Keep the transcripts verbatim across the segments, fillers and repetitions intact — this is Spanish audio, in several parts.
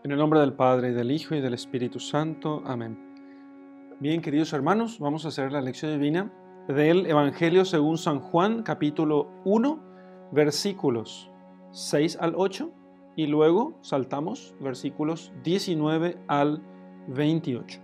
En el nombre del Padre, y del Hijo, y del Espíritu Santo. Amén. Bien, queridos hermanos, vamos a hacer la lección divina del Evangelio según San Juan, capítulo uno, versículos seis al ocho, y luego saltamos versículos diecinueve al veintiocho.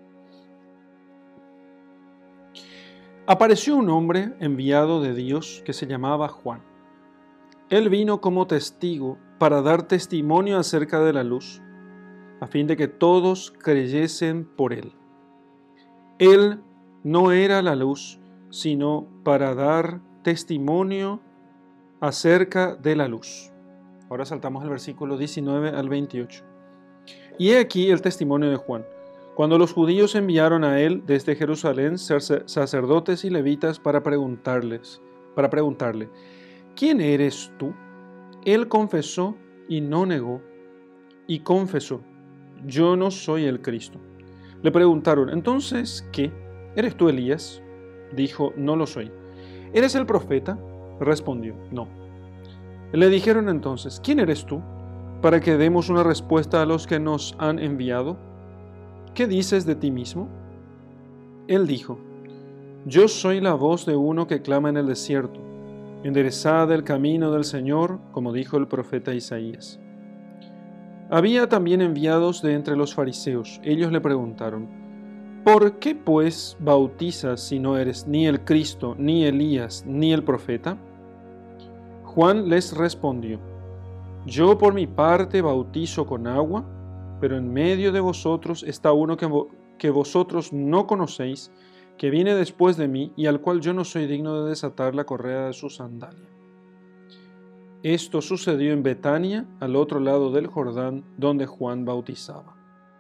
Apareció un hombre enviado de Dios que se llamaba Juan. Él vino como testigo para dar testimonio acerca de la luz, a fin de que todos creyesen por él. Él no era la luz, sino para dar testimonio acerca de la luz. Ahora saltamos al versículo diecinueve al veintiocho. Y he aquí el testimonio de Juan. Cuando los judíos enviaron a él desde Jerusalén sacerdotes y levitas para preguntarles, para preguntarle, ¿quién eres tú? Él confesó y no negó, y confesó, yo no soy el Cristo. Le preguntaron, entonces, ¿qué? ¿Eres tú Elías? Dijo, no lo soy. ¿Eres el profeta? Respondió, no. Le dijeron entonces, ¿quién eres tú? Para que demos una respuesta a los que nos han enviado. ¿Qué dices de ti mismo? Él dijo, yo soy la voz de uno que clama en el desierto, enderezad el camino del Señor, como dijo el profeta Isaías. Había también enviados de entre los fariseos. Ellos le preguntaron, ¿por qué pues bautizas si no eres ni el Cristo, ni Elías, ni el profeta? Juan les respondió, yo por mi parte bautizo con agua, pero en medio de vosotros está uno que, vo- que vosotros no conocéis, que viene después de mí y al cual yo no soy digno de desatar la correa de su sandalia. Esto sucedió en Betania, al otro lado del Jordán, donde Juan bautizaba.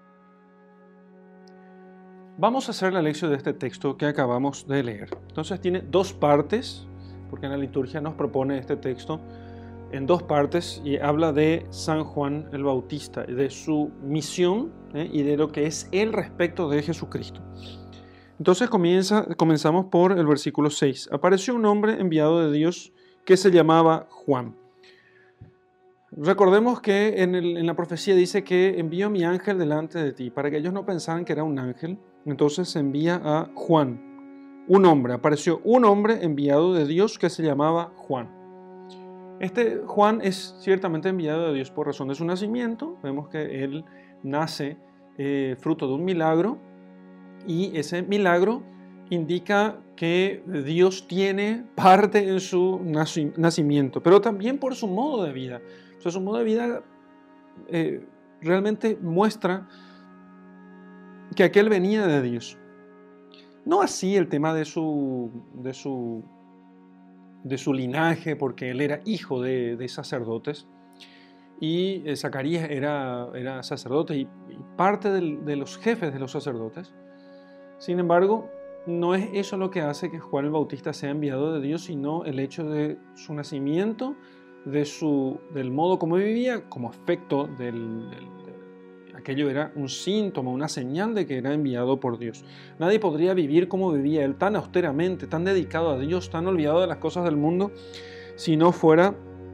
Vamos a hacer la lección de este texto que acabamos de leer. Entonces tiene dos partes, porque en la liturgia nos propone este texto en dos partes y habla de San Juan el Bautista, de su misión ¿eh? y de lo que es él respecto de Jesucristo. Entonces comienza, comenzamos por el versículo seis. Apareció un hombre enviado de Dios que se llamaba Juan. Recordemos que en, el, en la profecía dice que envío mi ángel delante de ti, para que ellos no pensaran que era un ángel. Entonces se envía a Juan, un hombre. Apareció un hombre enviado de Dios que se llamaba Juan. Este Juan es ciertamente enviado de Dios por razón de su nacimiento. Vemos que él nace eh, fruto de un milagro, y ese milagro indica que Dios tiene parte en su nacimiento, pero también por su modo de vida. O sea, su modo de vida eh, realmente muestra que aquel venía de Dios. No así el tema de su, de su, de su linaje, porque él era hijo de, de sacerdotes, y eh, Zacarías era, era sacerdote y, y parte del, de los jefes de los sacerdotes. Sin embargo, no es eso lo que hace que Juan el Bautista sea enviado de Dios, sino el hecho de su nacimiento, de su, del modo como vivía, como efecto del, del, de, aquello era un síntoma, una señal de que era enviado por Dios. Nadie podría vivir como vivía él, tan austeramente, tan dedicado a Dios, tan olvidado de las cosas del mundo, si no fuera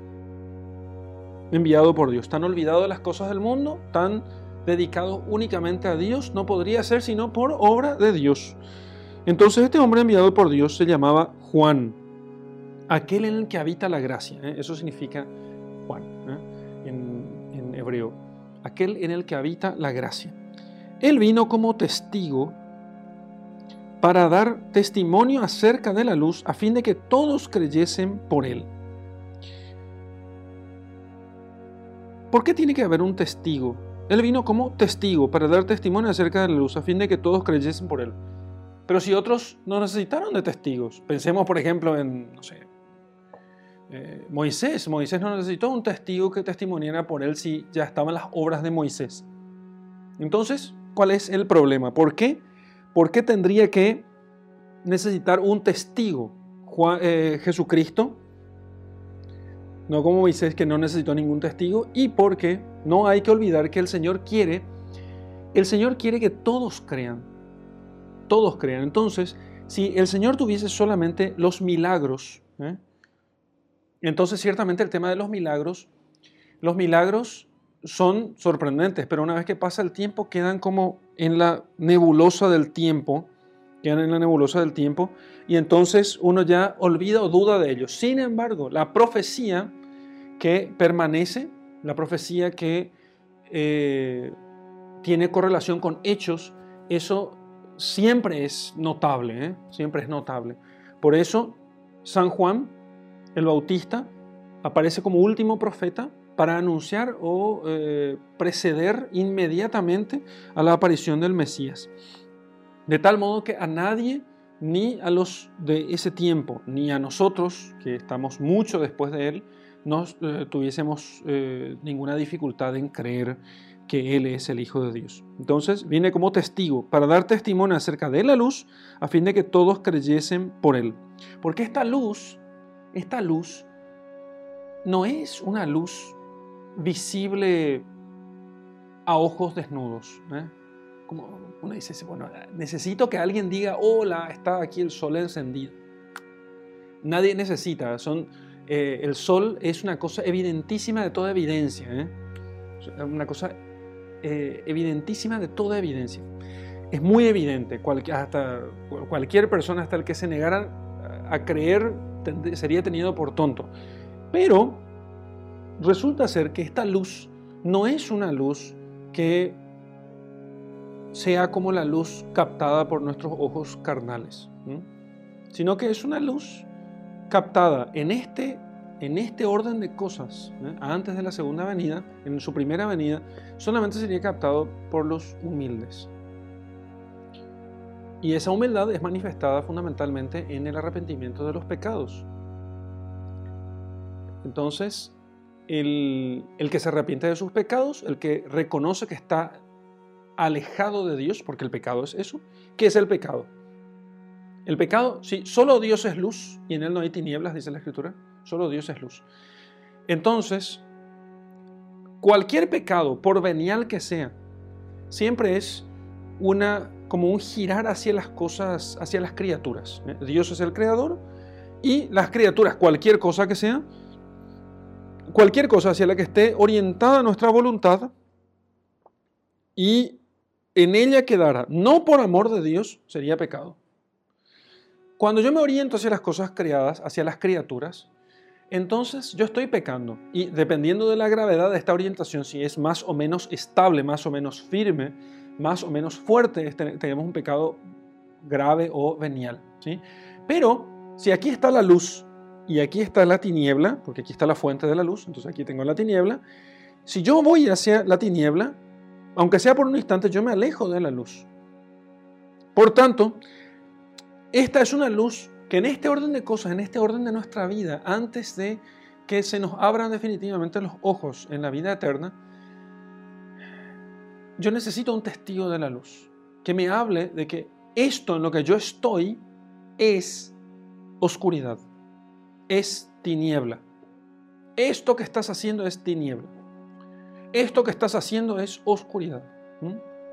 enviado por Dios. Tan olvidado de las cosas del mundo, tan dedicado únicamente a Dios, no podría ser sino por obra de Dios. Entonces este hombre enviado por Dios se llamaba Juan, aquel en el que habita la gracia. ¿eh? Eso significa Juan ¿eh? en, en hebreo, aquel en el que habita la gracia. Él vino como testigo para dar testimonio acerca de la luz, a fin de que todos creyesen por él. ¿Por qué tiene que haber un testigo? Él vino como testigo para dar testimonio acerca de la luz, a fin de que todos creyesen por él. Pero si otros no necesitaron de testigos, pensemos por ejemplo en, no sé, eh, Moisés. Moisés no necesitó un testigo que testimoniara por él si ya estaban las obras de Moisés. Entonces, ¿cuál es el problema? ¿Por qué? ¿Por qué tendría que necesitar un testigo Juan, eh, Jesucristo? No como Moisés, que no necesitó ningún testigo, y porque no hay que olvidar que el Señor quiere, el Señor quiere que todos crean, todos crean. Entonces, si el Señor tuviese solamente los milagros, ¿eh? entonces ciertamente el tema de los milagros, los milagros son sorprendentes, pero una vez que pasa el tiempo quedan como en la nebulosa del tiempo, quedan en la nebulosa del tiempo, y entonces uno ya olvida o duda de ellos. Sin embargo, la profecía que permanece, la profecía que eh, tiene correlación con hechos, eso siempre es notable, ¿eh? Siempre es notable. Por eso, San Juan, el Bautista, aparece como último profeta para anunciar o eh, preceder inmediatamente a la aparición del Mesías. De tal modo que a nadie, ni a los de ese tiempo, ni a nosotros, que estamos mucho después de él, no eh, tuviésemos eh, ninguna dificultad en creer que Él es el Hijo de Dios. Entonces viene como testigo para dar testimonio acerca de la luz, a fin de que todos creyesen por Él. Porque esta luz, esta luz no es una luz visible a ojos desnudos, ¿eh? Como uno dice, bueno, necesito que alguien diga, hola, está aquí el sol encendido. Nadie necesita, son, eh, el sol es una cosa evidentísima de toda evidencia, ¿eh? Una cosa eh, evidentísima de toda evidencia. Es muy evidente, cual, hasta cualquier persona, hasta el que se negara a creer, sería tenido por tonto. Pero resulta ser que esta luz no es una luz que sea como la luz captada por nuestros ojos carnales, ¿sí? Sino que es una luz captada en este, en este orden de cosas, ¿eh? Antes de la segunda venida, en su primera venida, solamente sería captado por los humildes. Y esa humildad es manifestada fundamentalmente en el arrepentimiento de los pecados. Entonces, el, el que se arrepiente de sus pecados, el que reconoce que está alejado de Dios, porque el pecado es eso. ¿Qué es el pecado? El pecado, sí, solo Dios es luz y en Él no hay tinieblas, dice la Escritura. Solo Dios es luz. Entonces, cualquier pecado, por venial que sea, siempre es una, como un girar hacia las cosas, hacia las criaturas. Dios es el creador y las criaturas, cualquier cosa que sea, cualquier cosa hacia la que esté orientada nuestra voluntad y en ella quedara, no por amor de Dios, sería pecado. Cuando yo me oriento hacia las cosas creadas, hacia las criaturas, entonces yo estoy pecando. Y dependiendo de la gravedad de esta orientación, si es más o menos estable, más o menos firme, más o menos fuerte, tenemos un pecado grave o venial, ¿sí? Pero si aquí está la luz y aquí está la tiniebla, porque aquí está la fuente de la luz, entonces aquí tengo la tiniebla, si yo voy hacia la tiniebla, aunque sea por un instante, yo me alejo de la luz. Por tanto, esta es una luz que en este orden de cosas, en este orden de nuestra vida, antes de que se nos abran definitivamente los ojos en la vida eterna, yo necesito un testigo de la luz, que me hable de que esto en lo que yo estoy es oscuridad, es tiniebla. Esto que estás haciendo es tiniebla. Esto que estás haciendo es oscuridad. ¿Mm?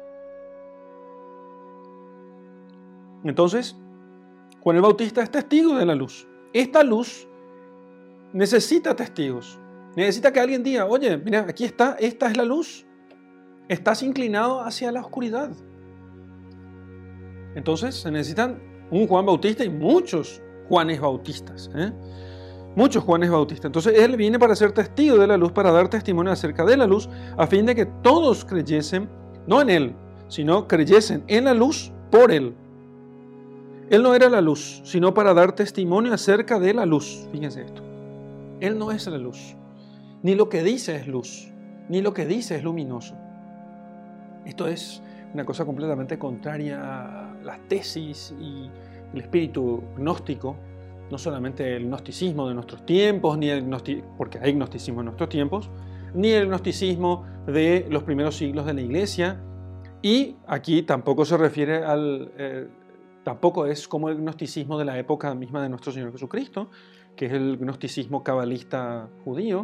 Entonces, Juan el Bautista es testigo de la luz. Esta luz necesita testigos. Necesita que alguien diga, oye, mira, aquí está, esta es la luz. Estás inclinado hacia la oscuridad. Entonces, se necesitan un Juan Bautista y muchos Juanes Bautistas, ¿eh? Muchos Juanes Bautistas. Entonces él viene para ser testigo de la luz, para dar testimonio acerca de la luz, a fin de que todos creyesen, no en él, sino creyesen en la luz por él. Él no era la luz, sino para dar testimonio acerca de la luz. Fíjense esto. Él no es la luz. Ni lo que dice es luz, ni lo que dice es luminoso. Esto es una cosa completamente contraria a las tesis y el espíritu gnóstico. No solamente el gnosticismo de nuestros tiempos, ni el gnosti- porque hay gnosticismo en nuestros tiempos, ni el gnosticismo de los primeros siglos de la Iglesia. Y aquí tampoco se refiere al, eh, tampoco es como el gnosticismo de la época misma de nuestro Señor Jesucristo, que es el gnosticismo cabalista judío,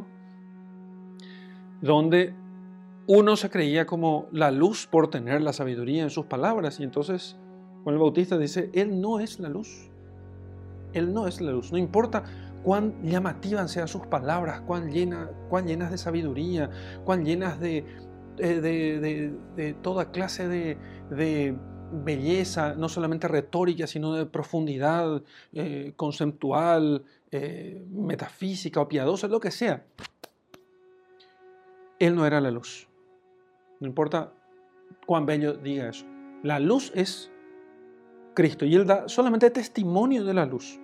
donde uno se creía como la luz por tener la sabiduría en sus palabras. Y entonces Juan el Bautista dice, Él no es la luz. Él no es la luz. No importa cuán llamativas sean sus palabras, cuán, llena, cuán llenas de sabiduría, cuán llenas de, de, de, de, de toda clase de, de belleza, no solamente retórica, sino de profundidad eh, conceptual, eh, metafísica o piadosa, lo que sea. Él no era la luz. No importa cuán bello diga eso. La luz es Cristo y Él da solamente testimonio de la luz.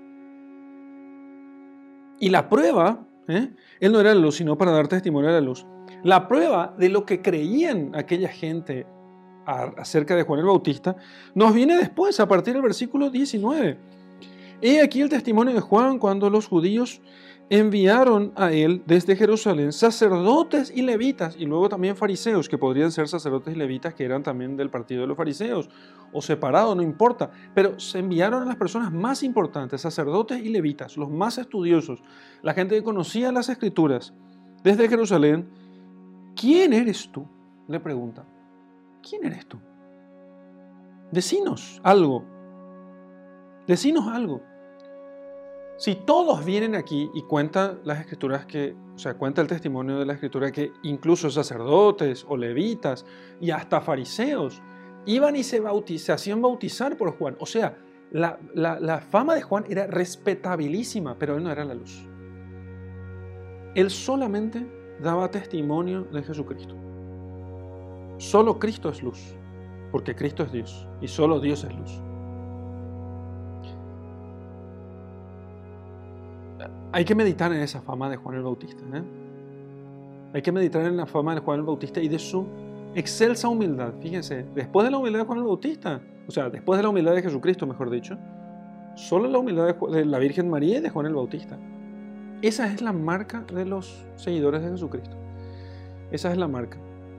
Y la prueba, ¿eh? Él no era la luz, sino para dar testimonio de la luz. La prueba de lo que creían aquella gente acerca de Juan el Bautista nos viene después, a partir del versículo diecinueve. He aquí el testimonio de Juan cuando los judíos enviaron a él desde Jerusalén sacerdotes y levitas, y luego también fariseos, que podrían ser sacerdotes y levitas que eran también del partido de los fariseos, o separados, no importa, pero se enviaron a las personas más importantes, sacerdotes y levitas, los más estudiosos, la gente que conocía las Escrituras, desde Jerusalén. ¿Quién eres tú?, le preguntan. ¿Quién eres tú? Decinos algo. Decinos algo. Si todos vienen aquí y cuentan las Escrituras que, o sea, cuenta el testimonio de la Escritura que incluso sacerdotes o levitas y hasta fariseos iban y se, bautiz, se hacían bautizar por Juan. O sea, la, la, la fama de Juan era respetabilísima, pero él no era la luz. Él solamente daba testimonio de Jesucristo. Solo Cristo es luz, porque Cristo es Dios y solo Dios es luz. Hay que meditar en esa fama de Juan el Bautista. ¿eh? Hay que meditar en la fama de Juan el Bautista y de su excelsa humildad. Fíjense, después de la humildad de Juan el Bautista, o sea, después de la humildad de Jesucristo, mejor dicho, solo la humildad de la Virgen María y de Juan el Bautista. Esa es la marca de los seguidores de Jesucristo. Esa es la marca.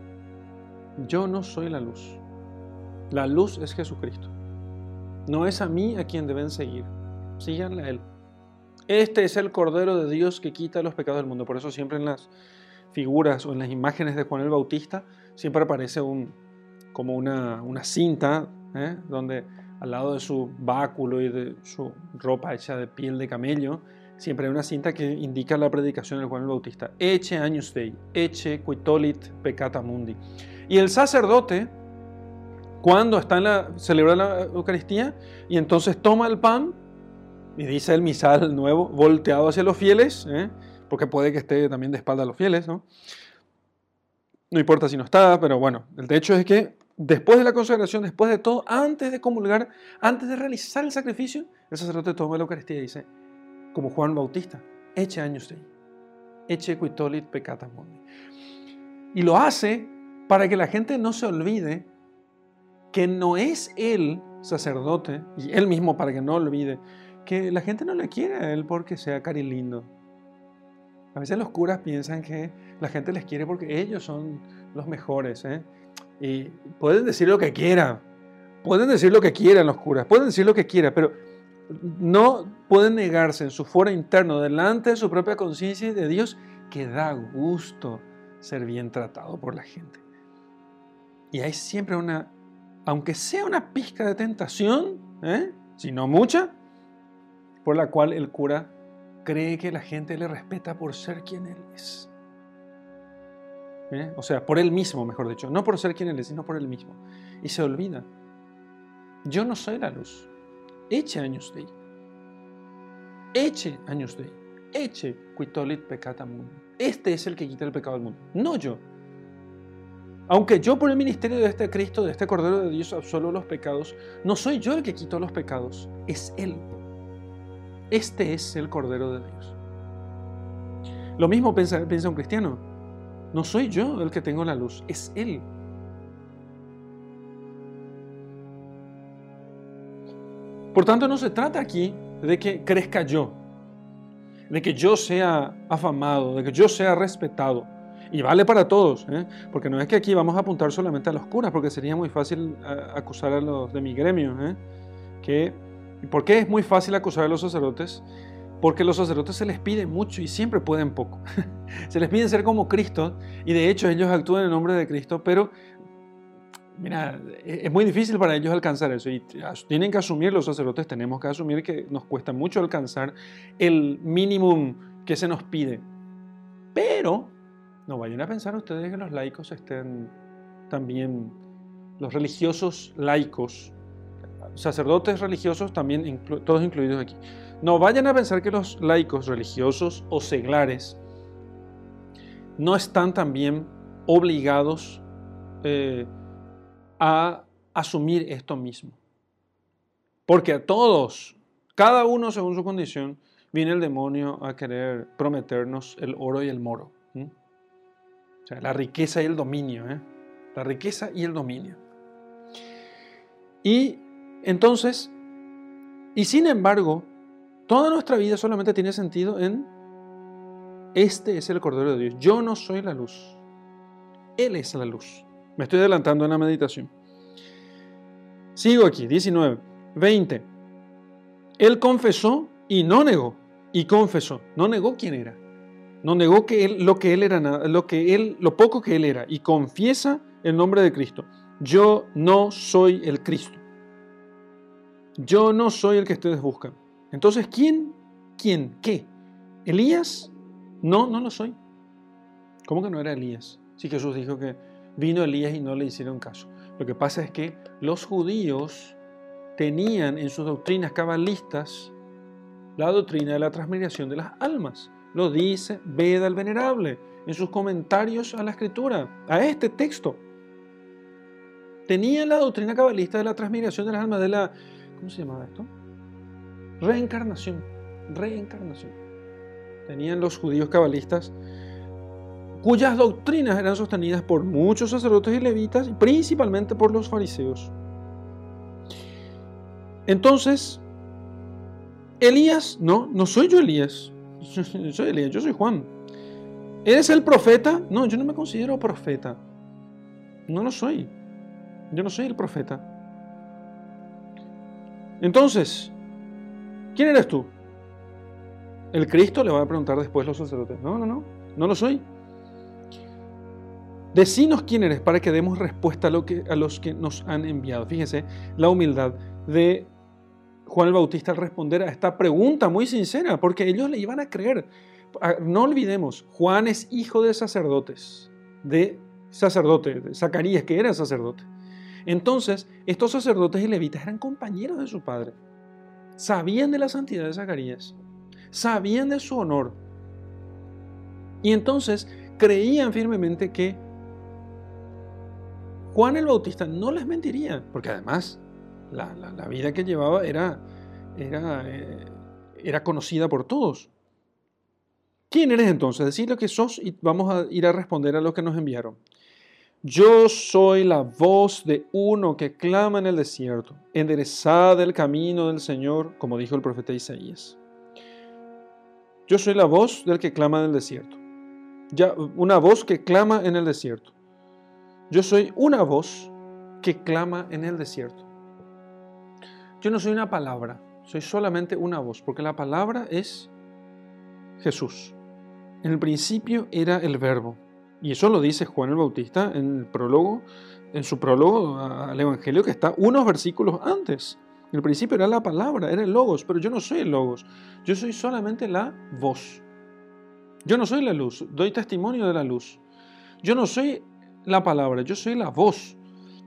Yo no soy la luz. La luz es Jesucristo. No es a mí a quien deben seguir. Síganle a Él. Este es el Cordero de Dios que quita los pecados del mundo. Por eso siempre en las figuras o en las imágenes de Juan el Bautista siempre aparece un, como una, una cinta, ¿eh? donde al lado de su báculo y de su ropa hecha de piel de camello, siempre hay una cinta que indica la predicación de Juan el Bautista. Ecce agnus Dei, ecce qui tollit peccata mundi. Y el sacerdote, cuando está en la, celebra la Eucaristía y entonces toma el pan y dice el misal nuevo, volteado hacia los fieles, ¿eh? porque puede que esté también de espalda a los fieles, ¿no? No importa si no está, pero bueno, el hecho es que después de la consagración, después de todo, antes de comulgar, antes de realizar el sacrificio, el sacerdote toma la Eucaristía y dice, como Juan Bautista, ecce agnus Dei, ecce qui tollit peccata mundi. Y lo hace para que la gente no se olvide que no es él sacerdote, y él mismo para que no olvide, que la gente no le quiere a él porque sea cari lindo. A veces los curas piensan que la gente les quiere porque ellos son los mejores, ¿eh? Y pueden decir lo que quieran, pueden decir lo que quieran los curas, pueden decir lo que quieran, pero no pueden negarse en su foro interno, delante de su propia conciencia y de Dios, que da gusto ser bien tratado por la gente. Y hay siempre una, aunque sea una pizca de tentación, ¿eh? si no mucha, por la cual el cura cree que la gente le respeta por ser quien él es. ¿Eh? O sea, por él mismo, mejor dicho. No por ser quien él es, sino por él mismo. Y se olvida. Yo no soy la luz. Ecce agnus Dei. Ecce agnus Dei. Ecce qui tollit peccata mundi. Este es el que quita el pecado del mundo. No yo. Aunque yo por el ministerio de este Cristo, de este Cordero de Dios, absolvo los pecados, no soy yo el que quitó los pecados. Es Él. Este es el Cordero de Dios. Lo mismo piensa, piensa un cristiano. No soy yo el que tengo la luz, es Él. Por tanto, no se trata aquí de que crezca yo, de que yo sea afamado, de que yo sea respetado. Y vale para todos, ¿eh? Porque no es que aquí vamos a apuntar solamente a los curas, porque sería muy fácil acusar a los de mi gremio, ¿eh? Que ¿Por qué es muy fácil acusar a los sacerdotes? Porque a los sacerdotes se les pide mucho y siempre pueden poco. Se les pide ser como Cristo y de hecho ellos actúan en nombre de Cristo, pero mira, es muy difícil para ellos alcanzar eso y tienen que asumir, los sacerdotes tenemos que asumir que nos cuesta mucho alcanzar el mínimo que se nos pide. Pero no vayan a pensar ustedes que los laicos estén también, los religiosos laicos, sacerdotes religiosos también, inclu- todos incluidos aquí. No vayan a pensar que los laicos religiosos o seglares no están también obligados eh, a asumir esto mismo. Porque a todos, cada uno según su condición, viene el demonio a querer prometernos el oro y el moro. ¿Mm? O sea, la riqueza y el dominio. ¿eh? La riqueza y el dominio. Y entonces, y sin embargo, toda nuestra vida solamente tiene sentido en este es el Cordero de Dios. Yo no soy la luz. Él es la luz. Me estoy adelantando en la meditación. Sigo aquí, diecinueve, veinte. Él confesó y no negó. Y confesó. No negó quién era. No negó que él, lo que él era, lo que él, lo poco que él era. Y confiesa el nombre de Cristo. Yo no soy el Cristo. Yo no soy el que ustedes buscan. Entonces, ¿quién? ¿Quién? ¿Qué? ¿Elías? No, no lo soy. ¿Cómo que no era Elías? Sí, Jesús dijo que vino Elías y no le hicieron caso. Lo que pasa es que los judíos tenían en sus doctrinas cabalistas la doctrina de la transmigración de las almas. Lo dice Beda el Venerable en sus comentarios a la Escritura, a este texto. Tenían la doctrina cabalista de la transmigración de las almas, de la, ¿cómo se llamaba esto? Reencarnación. Reencarnación. Tenían los judíos cabalistas, cuyas doctrinas eran sostenidas por muchos sacerdotes y levitas, y principalmente por los fariseos. Entonces, Elías, no, no soy yo Elías, yo soy Elías, yo soy Juan. ¿Eres el profeta? No, yo no me considero profeta, no lo soy, yo no soy el profeta. Entonces, ¿quién eres tú? ¿El Cristo? Le van a preguntar después los sacerdotes. No, no, no, no lo soy. Decinos quién eres para que demos respuesta a, lo que, a los que nos han enviado. Fíjese la humildad de Juan el Bautista al responder a esta pregunta muy sincera, porque ellos le iban a creer. No olvidemos, Juan es hijo de sacerdotes, de sacerdote, de Zacarías, que era sacerdote. Entonces, estos sacerdotes y levitas eran compañeros de su padre. Sabían de la santidad de Zacarías, sabían de su honor. Y entonces creían firmemente que Juan el Bautista no les mentiría, porque además la, la, la vida que llevaba era, era, eh, era conocida por todos. ¿Quién eres entonces? Decid lo que sos y vamos a ir a responder a lo que nos enviaron. Yo soy la voz de uno que clama en el desierto, enderezad el camino del Señor, como dijo el profeta Isaías. Yo soy la voz del que clama en el desierto. Ya, una voz que clama en el desierto. Yo soy una voz que clama en el desierto. Yo no soy una palabra, soy solamente una voz, porque la palabra es Jesús. En el principio era el Verbo. Y eso lo dice Juan el Bautista en el prólogo, en su prólogo al Evangelio, que está unos versículos antes. En el principio era la palabra, era el Logos, pero yo no soy el Logos. Yo soy solamente la voz. Yo no soy la luz, doy testimonio de la luz. Yo no soy la palabra, yo soy la voz.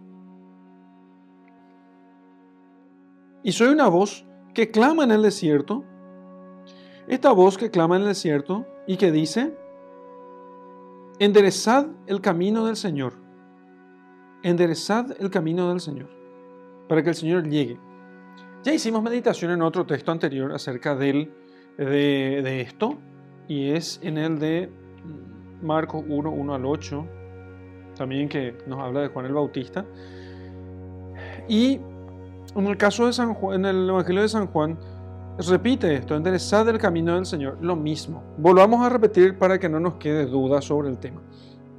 Y soy una voz que clama en el desierto. Esta voz que clama en el desierto y que dice: enderezad el camino del Señor. Enderezad el camino del Señor, para que el Señor llegue. Ya hicimos meditación en otro texto anterior acerca del, de, de esto, y es en el de Marcos uno, uno al ocho, también que nos habla de Juan el Bautista. Y en el caso de San Juan, en el Evangelio de San Juan, repite esto: enderezad el camino del Señor, lo mismo. Volvamos a repetir para que no nos quede duda sobre el tema.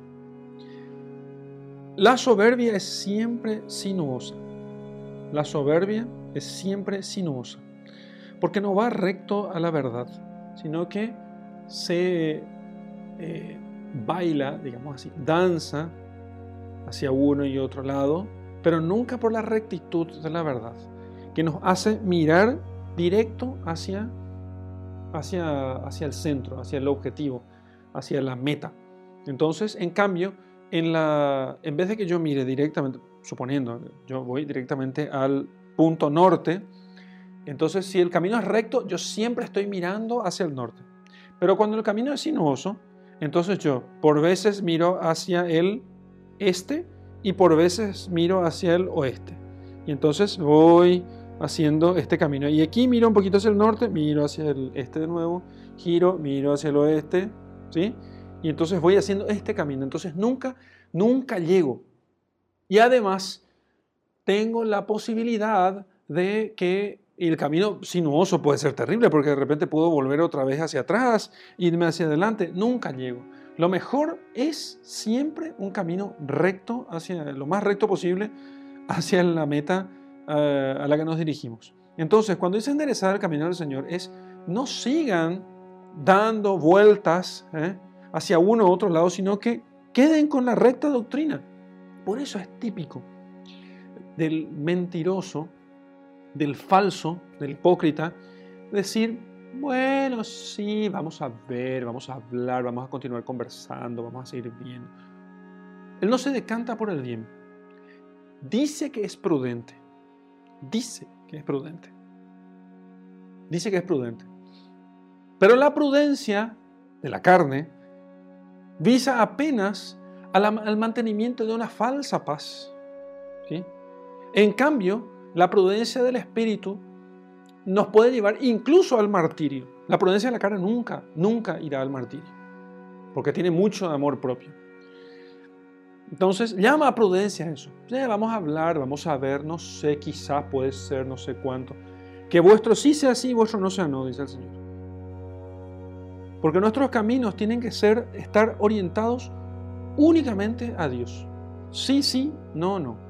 La soberbia es siempre sinuosa. La soberbia es siempre sinuosa, porque no va recto a la verdad, sino que se eh, baila, digamos así, danza hacia uno y otro lado, pero nunca por la rectitud de la verdad, que nos hace mirar directo hacia, hacia, hacia el centro, hacia el objetivo, hacia la meta. Entonces, en cambio, en, la, en vez de que yo mire directamente, suponiendo, yo voy directamente al punto norte, entonces si el camino es recto, yo siempre estoy mirando hacia el norte. Pero cuando el camino es sinuoso, entonces yo por veces miro hacia el este y por veces miro hacia el oeste. Y entonces voy haciendo este camino. Y aquí miro un poquito hacia el norte, miro hacia el este de nuevo, giro, miro hacia el oeste, ¿sí? Y entonces voy haciendo este camino. Entonces nunca, nunca llego. Y además tengo la posibilidad de que el camino sinuoso puede ser terrible, porque de repente puedo volver otra vez hacia atrás, irme hacia adelante. Nunca llego. Lo mejor es siempre un camino recto, hacia lo más recto posible, hacia la meta uh, a la que nos dirigimos. Entonces, cuando dice enderezar el camino del Señor, es no sigan dando vueltas ¿eh? hacia uno u otro lado, sino que queden con la recta doctrina. Por eso es típico del mentiroso, del falso, del hipócrita, decir, bueno, sí, vamos a ver, vamos a hablar, vamos a continuar conversando, vamos a seguir viendo. Él no se decanta por el bien. Dice que es prudente. Dice que es prudente. Dice que es prudente. Pero la prudencia de la carne visa apenas al mantenimiento de una falsa paz. ¿Sí? En cambio, la prudencia del espíritu nos puede llevar incluso al martirio. La prudencia de la carne nunca, nunca irá al martirio, porque tiene mucho amor propio. Entonces, llama a prudencia a eso. Eh, vamos a hablar, vamos a ver, no sé, quizás puede ser, no sé cuánto. Que vuestro sí sea sí, vuestro no sea no, dice el Señor. Porque nuestros caminos tienen que ser, estar orientados únicamente a Dios. Sí, sí, no, no.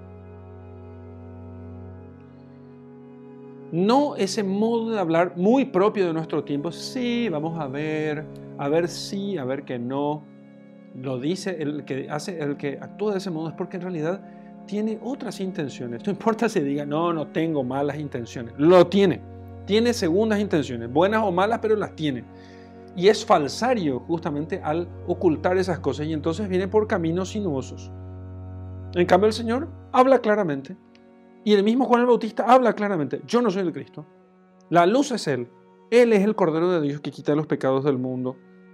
No ese modo de hablar muy propio de nuestro tiempo. Sí, vamos a ver, a ver sí, a ver que no. Lo dice el que hace, el que actúa de ese modo es porque en realidad tiene otras intenciones. No importa si diga, no, no tengo malas intenciones. Lo tiene. Tiene segundas intenciones, buenas o malas, pero las tiene. Y es falsario justamente al ocultar esas cosas y entonces viene por caminos sinuosos. En cambio el Señor habla claramente. Y el mismo Juan el Bautista habla claramente, yo no soy el Cristo. La luz es Él. Él es el Cordero de Dios que quita los pecados del mundo.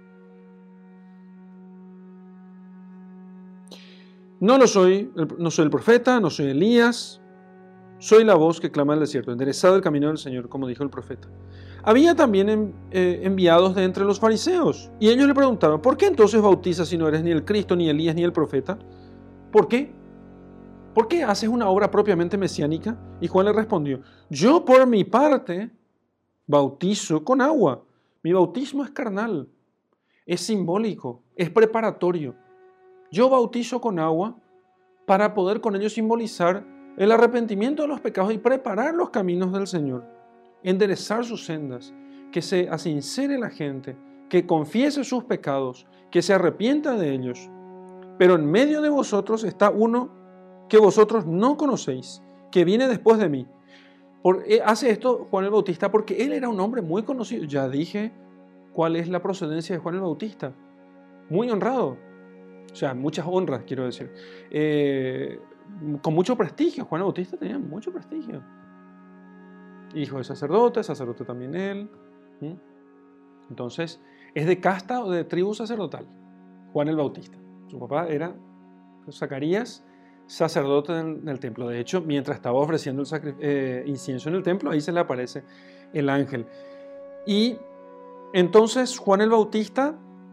No lo soy, no soy el profeta, no soy Elías. Soy la voz que clama en el desierto, enderezado el camino del Señor, como dijo el profeta. Había también eh, enviados de entre los fariseos. Y ellos le preguntaron, ¿por qué entonces bautizas si no eres ni el Cristo, ni Elías, ni el profeta? ¿Por qué? ¿Por qué haces una obra propiamente mesiánica? Y Juan le respondió, yo por mi parte bautizo con agua. Mi bautismo es carnal, es simbólico, es preparatorio. Yo bautizo con agua para poder con ello simbolizar el arrepentimiento de los pecados y preparar los caminos del Señor, enderezar sus sendas, que se asincere la gente, que confiese sus pecados, que se arrepienta de ellos. Pero en medio de vosotros está uno que vosotros no conocéis, que viene después de mí. Por, eh, hace esto Juan el Bautista porque él era un hombre muy conocido. Ya dije cuál es la procedencia de Juan el Bautista. Muy honrado. O sea, muchas honras, quiero decir. Eh, con mucho prestigio. Juan el Bautista tenía mucho prestigio. Hijo de sacerdote, sacerdote también él. ¿Mm? Entonces, ¿es de casta o de tribu sacerdotal? Juan el Bautista. Su papá era Zacarías, sacerdote en el templo. De hecho, mientras estaba ofreciendo el sacri- eh, incienso en el templo, ahí se le aparece el ángel. Y entonces Juan el Bautista,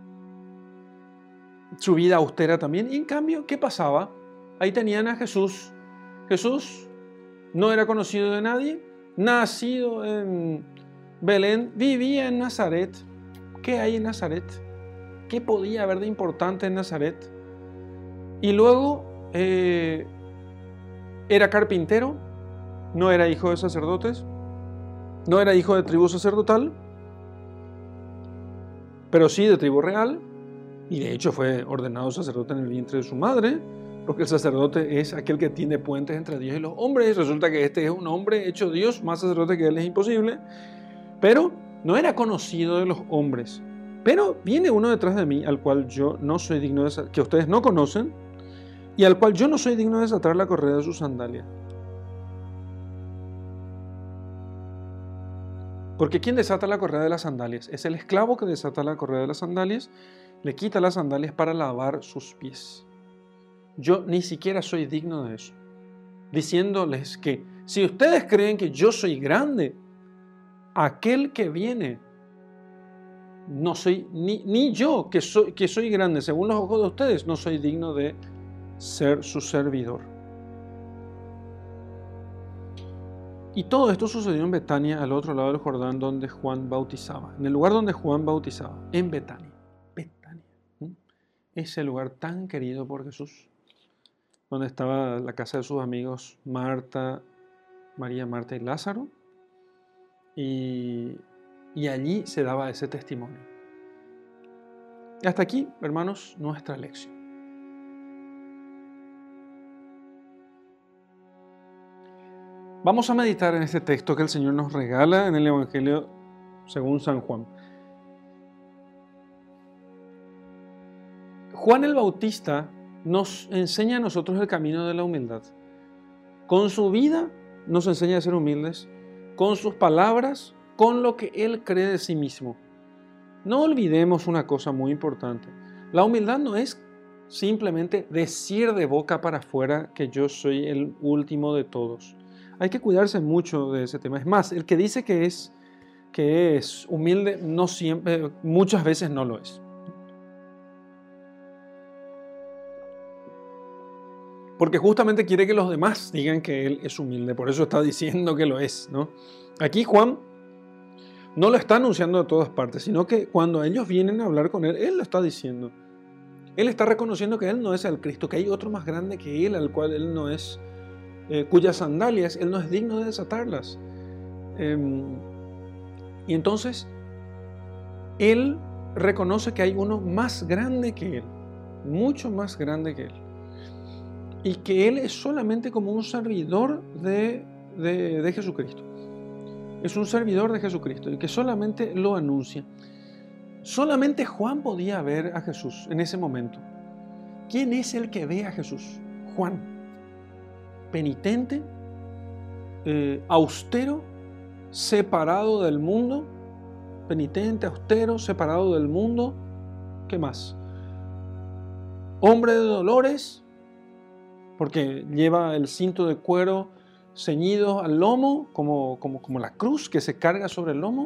su vida austera también. Y en cambio, ¿qué pasaba? Ahí tenían a Jesús. Jesús no era conocido de nadie, nacido en Belén, vivía en Nazaret. ¿Qué hay en Nazaret? ¿Qué podía haber de importante en Nazaret? Y luego Eh, era carpintero, no era hijo de sacerdotes, no era hijo de tribu sacerdotal, pero sí de tribu real, y de hecho fue ordenado sacerdote en el vientre de su madre, porque el sacerdote es aquel que tiene puentes entre Dios y los hombres, y resulta que este es un hombre hecho Dios, más sacerdote que él es imposible, pero no era conocido de los hombres. Pero viene uno detrás de mí, al cual yo no soy digno de, que ustedes no conocen, y al cual yo no soy digno de desatar la correa de su sandalia. Porque ¿quién desata la correa de las sandalias? Es el esclavo que desata la correa de las sandalias, le quita las sandalias para lavar sus pies. Yo ni siquiera soy digno de eso. Diciéndoles que si ustedes creen que yo soy grande, aquel que viene, no soy, ni, ni yo que soy, que soy grande, según los ojos de ustedes, no soy digno de ser su servidor. Y todo esto sucedió en Betania, al otro lado del Jordán, donde Juan bautizaba. En el lugar donde Juan bautizaba, en Betania. Betania. ¿Mm? Ese lugar tan querido por Jesús, donde estaba la casa de sus amigos Marta, María, Marta y Lázaro. Y, y allí se daba ese testimonio. Y hasta aquí, hermanos, nuestra lección. Vamos a meditar en este texto que el Señor nos regala en el Evangelio según San Juan. Juan el Bautista nos enseña a nosotros el camino de la humildad. Con su vida nos enseña a ser humildes, con sus palabras, con lo que él cree de sí mismo. No olvidemos una cosa muy importante. La humildad no es simplemente decir de boca para afuera que yo soy el último de todos. Hay que cuidarse mucho de ese tema. Es más, el que dice que es, que es humilde, no siempre, muchas veces no lo es. Porque justamente quiere que los demás digan que él es humilde. Por eso está diciendo que lo es, ¿no? Aquí Juan no lo está anunciando de todas partes, sino que cuando ellos vienen a hablar con él, él lo está diciendo. Él está reconociendo que él no es el Cristo, que hay otro más grande que él, al cual él no es, eh, cuyas sandalias él no es digno de desatarlas. Eh, y entonces, él reconoce que hay uno más grande que él, mucho más grande que él. Y que él es solamente como un servidor de, de, de Jesucristo. Es un servidor de Jesucristo y que solamente lo anuncia. Solamente Juan podía ver a Jesús en ese momento. ¿Quién es el que ve a Jesús? Juan. Penitente, eh, austero, separado del mundo. Penitente, austero, separado del mundo. ¿Qué más? Hombre de dolores, porque lleva el cinto de cuero ceñido al lomo, como, como, como la cruz que se carga sobre el lomo.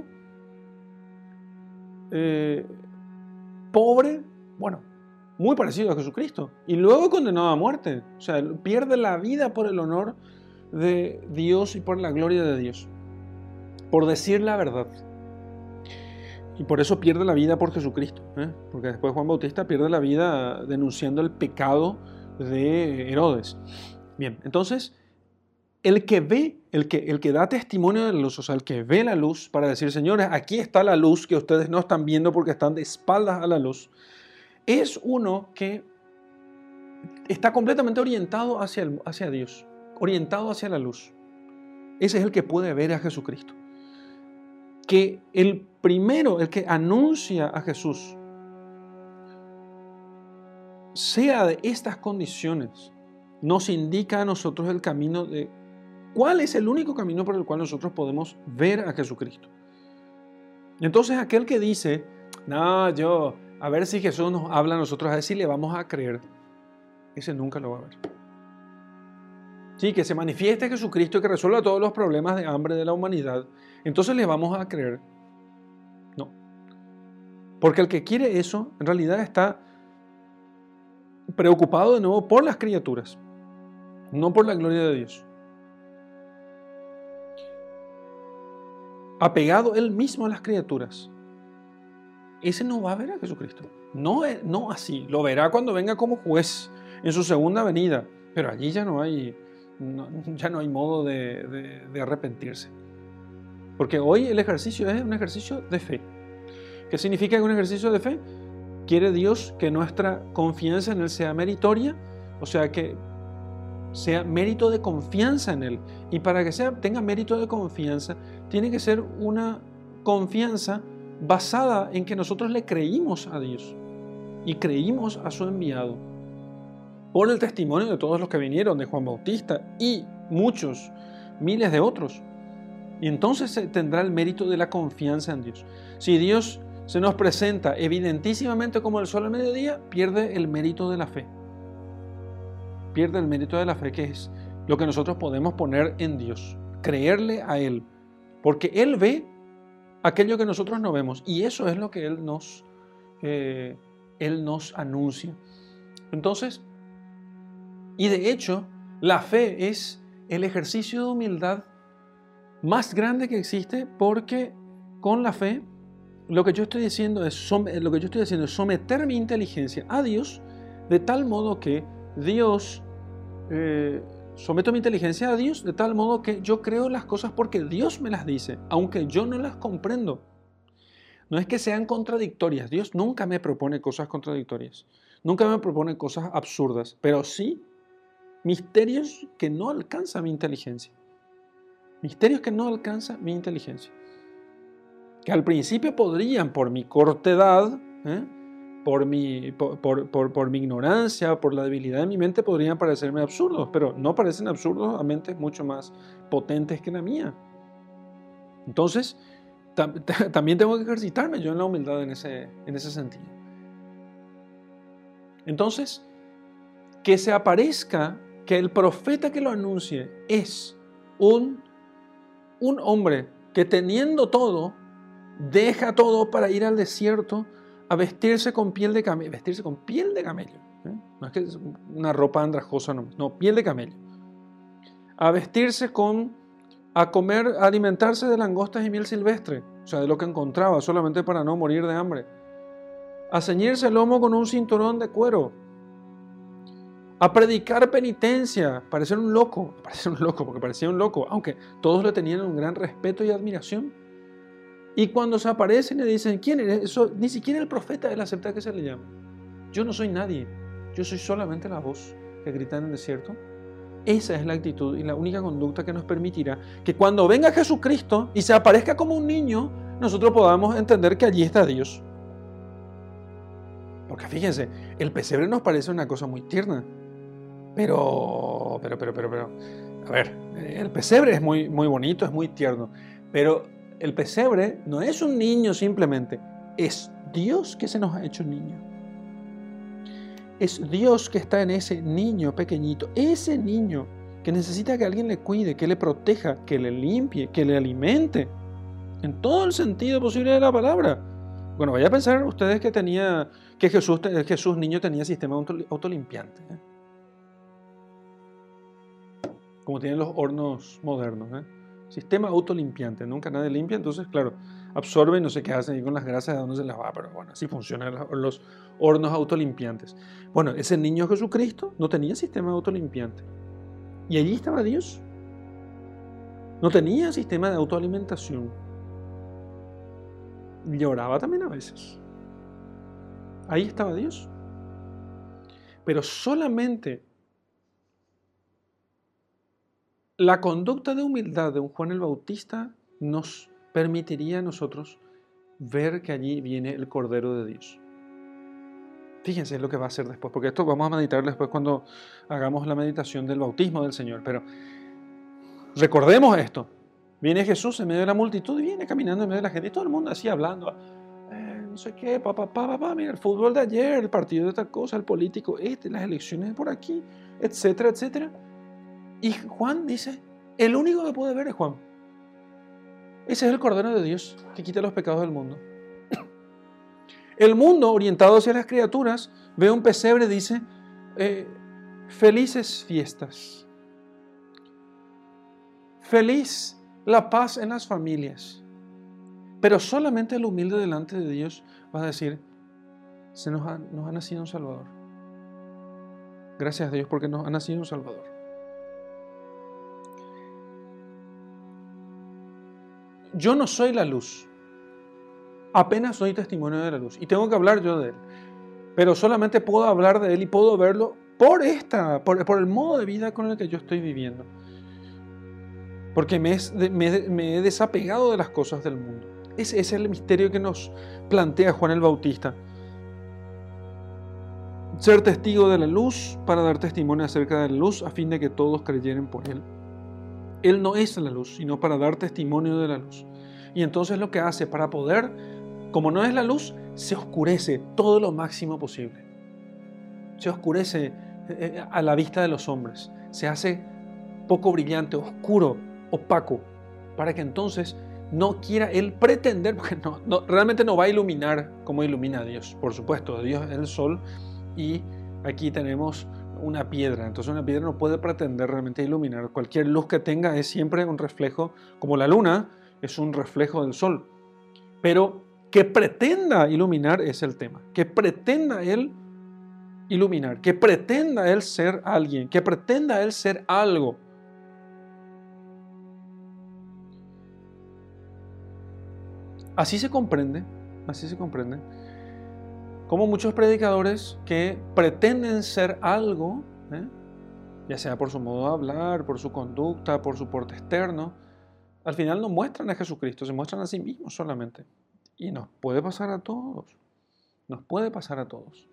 Eh, pobre, bueno, muy parecido a Jesucristo. Y luego condenado a muerte. O sea, pierde la vida por el honor de Dios y por la gloria de Dios. Por decir la verdad. Y por eso pierde la vida por Jesucristo. ¿eh? Porque después Juan Bautista pierde la vida denunciando el pecado de Herodes. Bien, entonces, el que ve, el que, el que da testimonio de la luz, o sea, el que ve la luz para decir, señores, aquí está la luz que ustedes no están viendo porque están de espaldas a la luz, es uno que está completamente orientado hacia, el, hacia Dios, orientado hacia la luz. Ese es el que puede ver a Jesucristo. Que el primero, el que anuncia a Jesús, sea de estas condiciones, nos indica a nosotros el camino de cuál es el único camino por el cual nosotros podemos ver a Jesucristo. Entonces aquel que dice, no, yo, a ver si Jesús nos habla a nosotros, a ver si le vamos a creer, ese nunca lo va a ver. Sí, que se manifieste Jesucristo y que resuelva todos los problemas de hambre de la humanidad, entonces le vamos a creer. No. Porque el que quiere eso, en realidad está preocupado de nuevo por las criaturas, no por la gloria de Dios. Apegado él mismo a las criaturas. Ese no va a ver a Jesucristo. No, no así. Lo verá cuando venga como juez en su segunda venida. Pero allí ya no hay, no, ya no hay modo de, de, de arrepentirse. Porque hoy el ejercicio es un ejercicio de fe. ¿Qué significa un ejercicio de fe? Quiere Dios que nuestra confianza en Él sea meritoria O sea, que sea mérito de confianza en Él. Y para que sea, tenga mérito de confianza, tiene que ser una confianza basada en que nosotros le creímos a Dios y creímos a su enviado. Por el testimonio de todos los que vinieron, de Juan Bautista y muchos, miles de otros. Y entonces se tendrá el mérito de la confianza en Dios. Si Dios se nos presenta evidentísimamente como el sol al mediodía, pierde el mérito de la fe. Pierde el mérito de la fe, que es lo que nosotros podemos poner en Dios, creerle a Él, porque Él ve aquello que nosotros no vemos, y eso es lo que Él nos, eh, Él nos anuncia. Entonces, y de hecho, la fe es el ejercicio de humildad más grande que existe, porque con la fe lo que yo estoy diciendo es, lo que yo estoy haciendo es someter mi inteligencia a Dios, de tal modo que Dios, eh, someto mi inteligencia a Dios de tal modo que yo creo las cosas porque Dios me las dice, aunque yo no las comprendo. No es que sean contradictorias, Dios nunca me propone cosas contradictorias, nunca me propone cosas absurdas, pero sí misterios que no alcanza mi inteligencia. Misterios que no alcanza mi inteligencia. Que al principio podrían, por mi corta edad, ¿eh? por, mi, por, por, por, por mi ignorancia, por la debilidad de mi mente, podrían parecerme absurdos, pero no parecen absurdos a mentes mucho más potentes que la mía. Entonces, tam, también tengo que ejercitarme yo en la humildad en ese, en ese sentido. Entonces, que se aparezca, que el profeta que lo anuncie es un, un hombre que teniendo todo, deja todo para ir al desierto a vestirse con piel de camello. Vestirse con piel de camello. ¿eh? No es que es una ropa andrajosa, no. No, piel de camello. A vestirse con, a comer, a alimentarse de langostas y miel silvestre. O sea, de lo que encontraba, solamente para no morir de hambre. A ceñirse el lomo con un cinturón de cuero. A predicar penitencia, parecer un loco. Parecer un loco, porque parecía un loco, aunque todos le tenían un gran respeto y admiración. Y cuando se aparecen y dicen, ¿quién eres? Eso, ni siquiera el profeta él acepta que se le llame. Yo no soy nadie, yo soy solamente la voz que grita en el desierto. Esa es la actitud y la única conducta que nos permitirá que cuando venga Jesucristo y se aparezca como un niño, nosotros podamos entender que allí está Dios. Porque fíjense, el pesebre nos parece una cosa muy tierna. Pero, pero, pero, pero, pero, a ver, el pesebre es muy, muy bonito, es muy tierno, pero el pesebre no es un niño simplemente, es Dios que se nos ha hecho niño. Es Dios que está en ese niño pequeñito, ese niño que necesita que alguien le cuide, que le proteja, que le limpie, que le alimente, en todo el sentido posible de la palabra. Bueno, vaya a pensar ustedes que tenía, que Jesús, Jesús niño tenía sistema autolimpiante, ¿eh? Como tienen los hornos modernos, ¿eh? Sistema autolimpiante, nunca nadie limpia, entonces claro, absorbe y no sé qué hacen ahí con las grasas, de dónde se las va, pero bueno, así funcionan los hornos autolimpiantes. Bueno, ese niño Jesucristo no tenía sistema autolimpiante. Y allí estaba Dios. No tenía sistema de autoalimentación. Lloraba también a veces. Ahí estaba Dios. Pero solamente la conducta de humildad de un Juan el Bautista nos permitiría a nosotros ver que allí viene el Cordero de Dios. Fíjense lo que va a hacer después, porque esto vamos a meditar después cuando hagamos la meditación del bautismo del Señor. Pero recordemos esto. Viene Jesús en medio de la multitud y viene caminando en medio de la gente y todo el mundo así hablando. Eh, no sé qué, papá, papá, papá, mira el fútbol de ayer, el partido de esta cosa, el político este, las elecciones por aquí, etcétera, etcétera. Y Juan dice, el único que puede ver es Juan. Ese es el Cordero de Dios que quita los pecados del mundo. El mundo, orientado hacia las criaturas, ve un pesebre y dice, eh, felices fiestas. Feliz la paz en las familias. Pero solamente el humilde delante de Dios va a decir, se nos ha, nos ha nacido un Salvador. Gracias a Dios porque nos ha nacido un Salvador. Yo no soy la luz, apenas soy testimonio de la luz y tengo que hablar yo de Él, pero solamente puedo hablar de Él y puedo verlo por, esta, por, por el modo de vida con el que yo estoy viviendo. Porque me, es, me, me he desapegado de las cosas del mundo. Ese, ese es el misterio que nos plantea Juan el Bautista. Ser testigo de la luz para dar testimonio acerca de la luz a fin de que todos creyeren por él. Él no es la luz, sino para dar testimonio de la luz. Y entonces lo que hace para poder, como no es la luz, se oscurece todo lo máximo posible. Se oscurece a la vista de los hombres. Se hace poco brillante, oscuro, opaco, para que entonces no quiera él pretender, porque no, no, realmente no va a iluminar como ilumina a Dios. Por supuesto, Dios es el sol y aquí tenemos una piedra. Entonces una piedra no puede pretender realmente iluminar. Cualquier luz que tenga es siempre un reflejo, como la luna es un reflejo del sol. Pero que pretenda iluminar es el tema. Que pretenda él iluminar, que pretenda él ser alguien, que pretenda él ser algo. Así se comprende, así se comprende, como muchos predicadores que pretenden ser algo, ¿eh? ya sea por su modo de hablar, por su conducta, por su porte externo, al final no muestran a Jesucristo, se muestran a sí mismos solamente. Y nos puede pasar a todos, nos puede pasar a todos.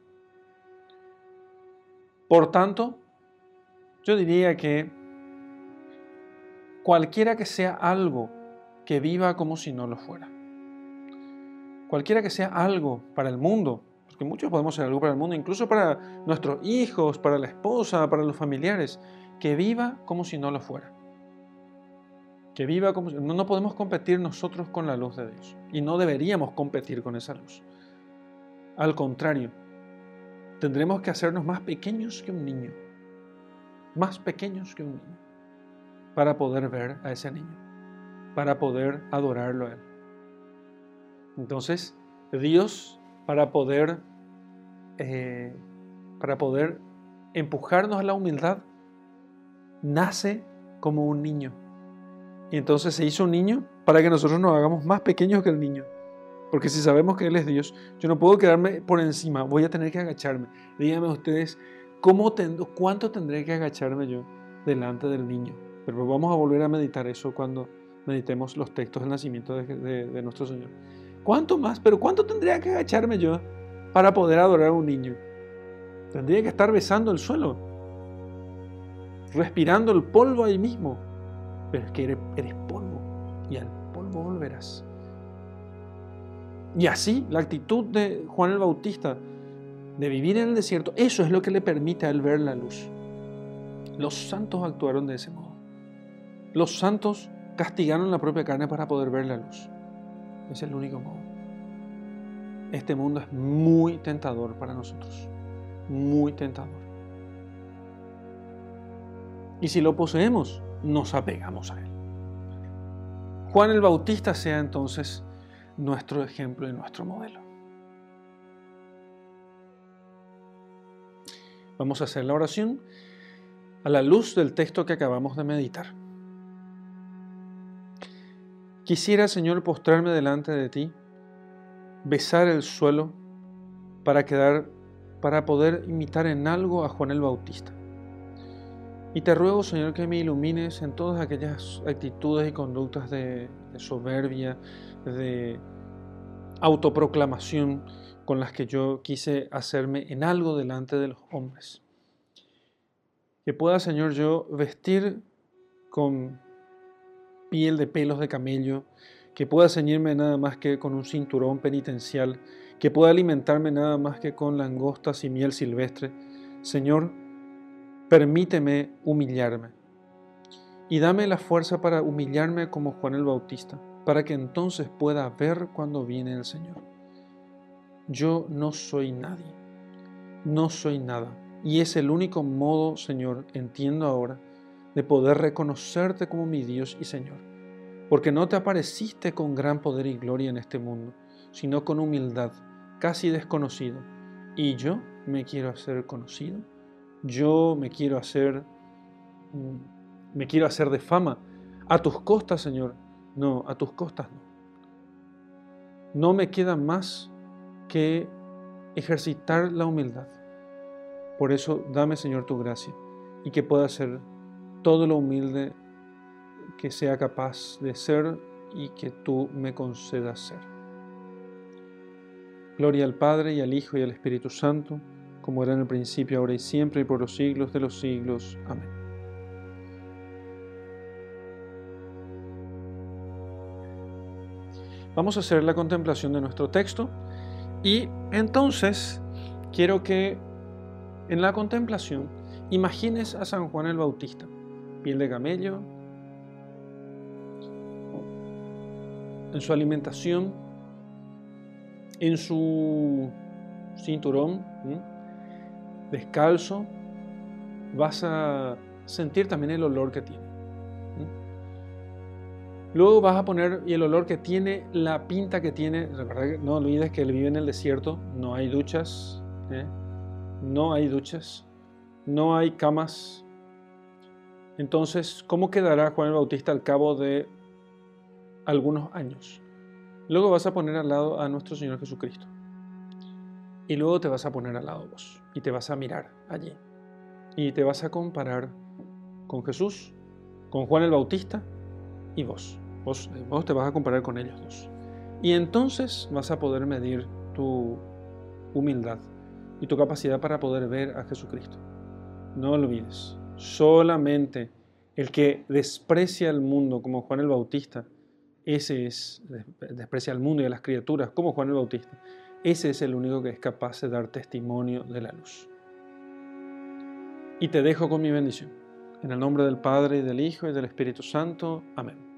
Por tanto, yo diría que cualquiera que sea algo, que viva como si no lo fuera. Cualquiera que sea algo para el mundo, porque muchos podemos ser algo para el mundo, incluso para nuestros hijos, para la esposa, para los familiares, que viva como si no lo fuera. Que viva como si... No, no podemos competir nosotros con la luz de Dios. Y no deberíamos competir con esa luz. Al contrario, tendremos que hacernos más pequeños que un niño. Más pequeños que un niño. Para poder ver a ese niño. Para poder adorarlo a él. Entonces, Dios, para poder, eh, para poder empujarnos a la humildad, nace como un niño. Y entonces se hizo un niño para que nosotros nos hagamos más pequeños que el niño. Porque si sabemos que Él es Dios, yo no puedo quedarme por encima, voy a tener que agacharme. Díganme ustedes, ¿cómo ten, ¿cuánto tendré que agacharme yo delante del niño? Pero vamos a volver a meditar eso cuando meditemos los textos del nacimiento de, de, de nuestro Señor. ¿Cuánto más? ¿Pero cuánto tendría que agacharme yo para poder adorar a un niño? Tendría que estar besando el suelo, respirando el polvo ahí mismo. Pero es que eres, eres polvo y al polvo volverás. Y así, la actitud de Juan el Bautista de vivir en el desierto, eso es lo que le permite a él ver la luz. Los santos actuaron de ese modo. Los santos castigaron la propia carne para poder ver la luz. Es el único modo. Este mundo es muy tentador para nosotros. Muy tentador. Y si lo poseemos, nos apegamos a él. Juan el Bautista sea entonces nuestro ejemplo y nuestro modelo. Vamos a hacer la oración a la luz del texto que acabamos de meditar. Quisiera, Señor, postrarme delante de ti, besar el suelo para quedar, para poder imitar en algo a Juan el Bautista. Y te ruego, Señor, que me ilumines en todas aquellas actitudes y conductas de, de soberbia, de autoproclamación con las que yo quise hacerme en algo delante de los hombres. Que pueda, Señor, yo vestir con piel de pelos de camello, que pueda ceñirme nada más que con un cinturón penitencial, que pueda alimentarme nada más que con langostas y miel silvestre. Señor, permíteme humillarme y dame la fuerza para humillarme como Juan el Bautista, para que entonces pueda ver cuando viene el Señor. Yo no soy nadie, no soy nada, y es el único modo, Señor, entiendo ahora, de poder reconocerte como mi Dios y Señor, porque no te apareciste con gran poder y gloria en este mundo, sino con humildad, casi desconocido, y yo me quiero hacer conocido, yo me quiero hacer, me quiero hacer de fama, a tus costas, Señor, no, a tus costas no. No me queda más que ejercitar la humildad, Por eso, dame, Señor, tu gracia y que pueda ser todo lo humilde que sea capaz de ser y que tú me concedas ser. Gloria al Padre, y al Hijo, y al Espíritu Santo, como era en el principio, ahora y siempre, y por los siglos de los siglos. Amén. Vamos a hacer la contemplación de nuestro texto, y entonces quiero que en la contemplación imagines a San Juan el Bautista, piel de camello, en su alimentación, en su cinturón, ¿sí? Descalzo, vas a sentir también el olor que tiene. ¿Sí? Luego vas a poner, y el olor que tiene, la pinta que tiene. Recuerda, no olvides que él vive en el desierto, no hay duchas, ¿eh? no hay duchas, no hay camas. Entonces, ¿cómo quedará Juan el Bautista al cabo de algunos años? Luego vas a poner al lado a nuestro Señor Jesucristo. Y luego te vas a poner al lado vos. Y te vas a mirar allí. Y te vas a comparar con Jesús, con Juan el Bautista y vos. Vos, vos te vas a comparar con ellos dos. Y entonces vas a poder medir tu humildad y tu capacidad para poder ver a Jesucristo. No olvides, solamente el que desprecia al mundo como Juan el Bautista, ese es, desprecia al mundo y a las criaturas como Juan el Bautista, ese es el único que es capaz de dar testimonio de la luz. Y te dejo con mi bendición. En el nombre del Padre, y del Hijo, y del Espíritu Santo. Amén.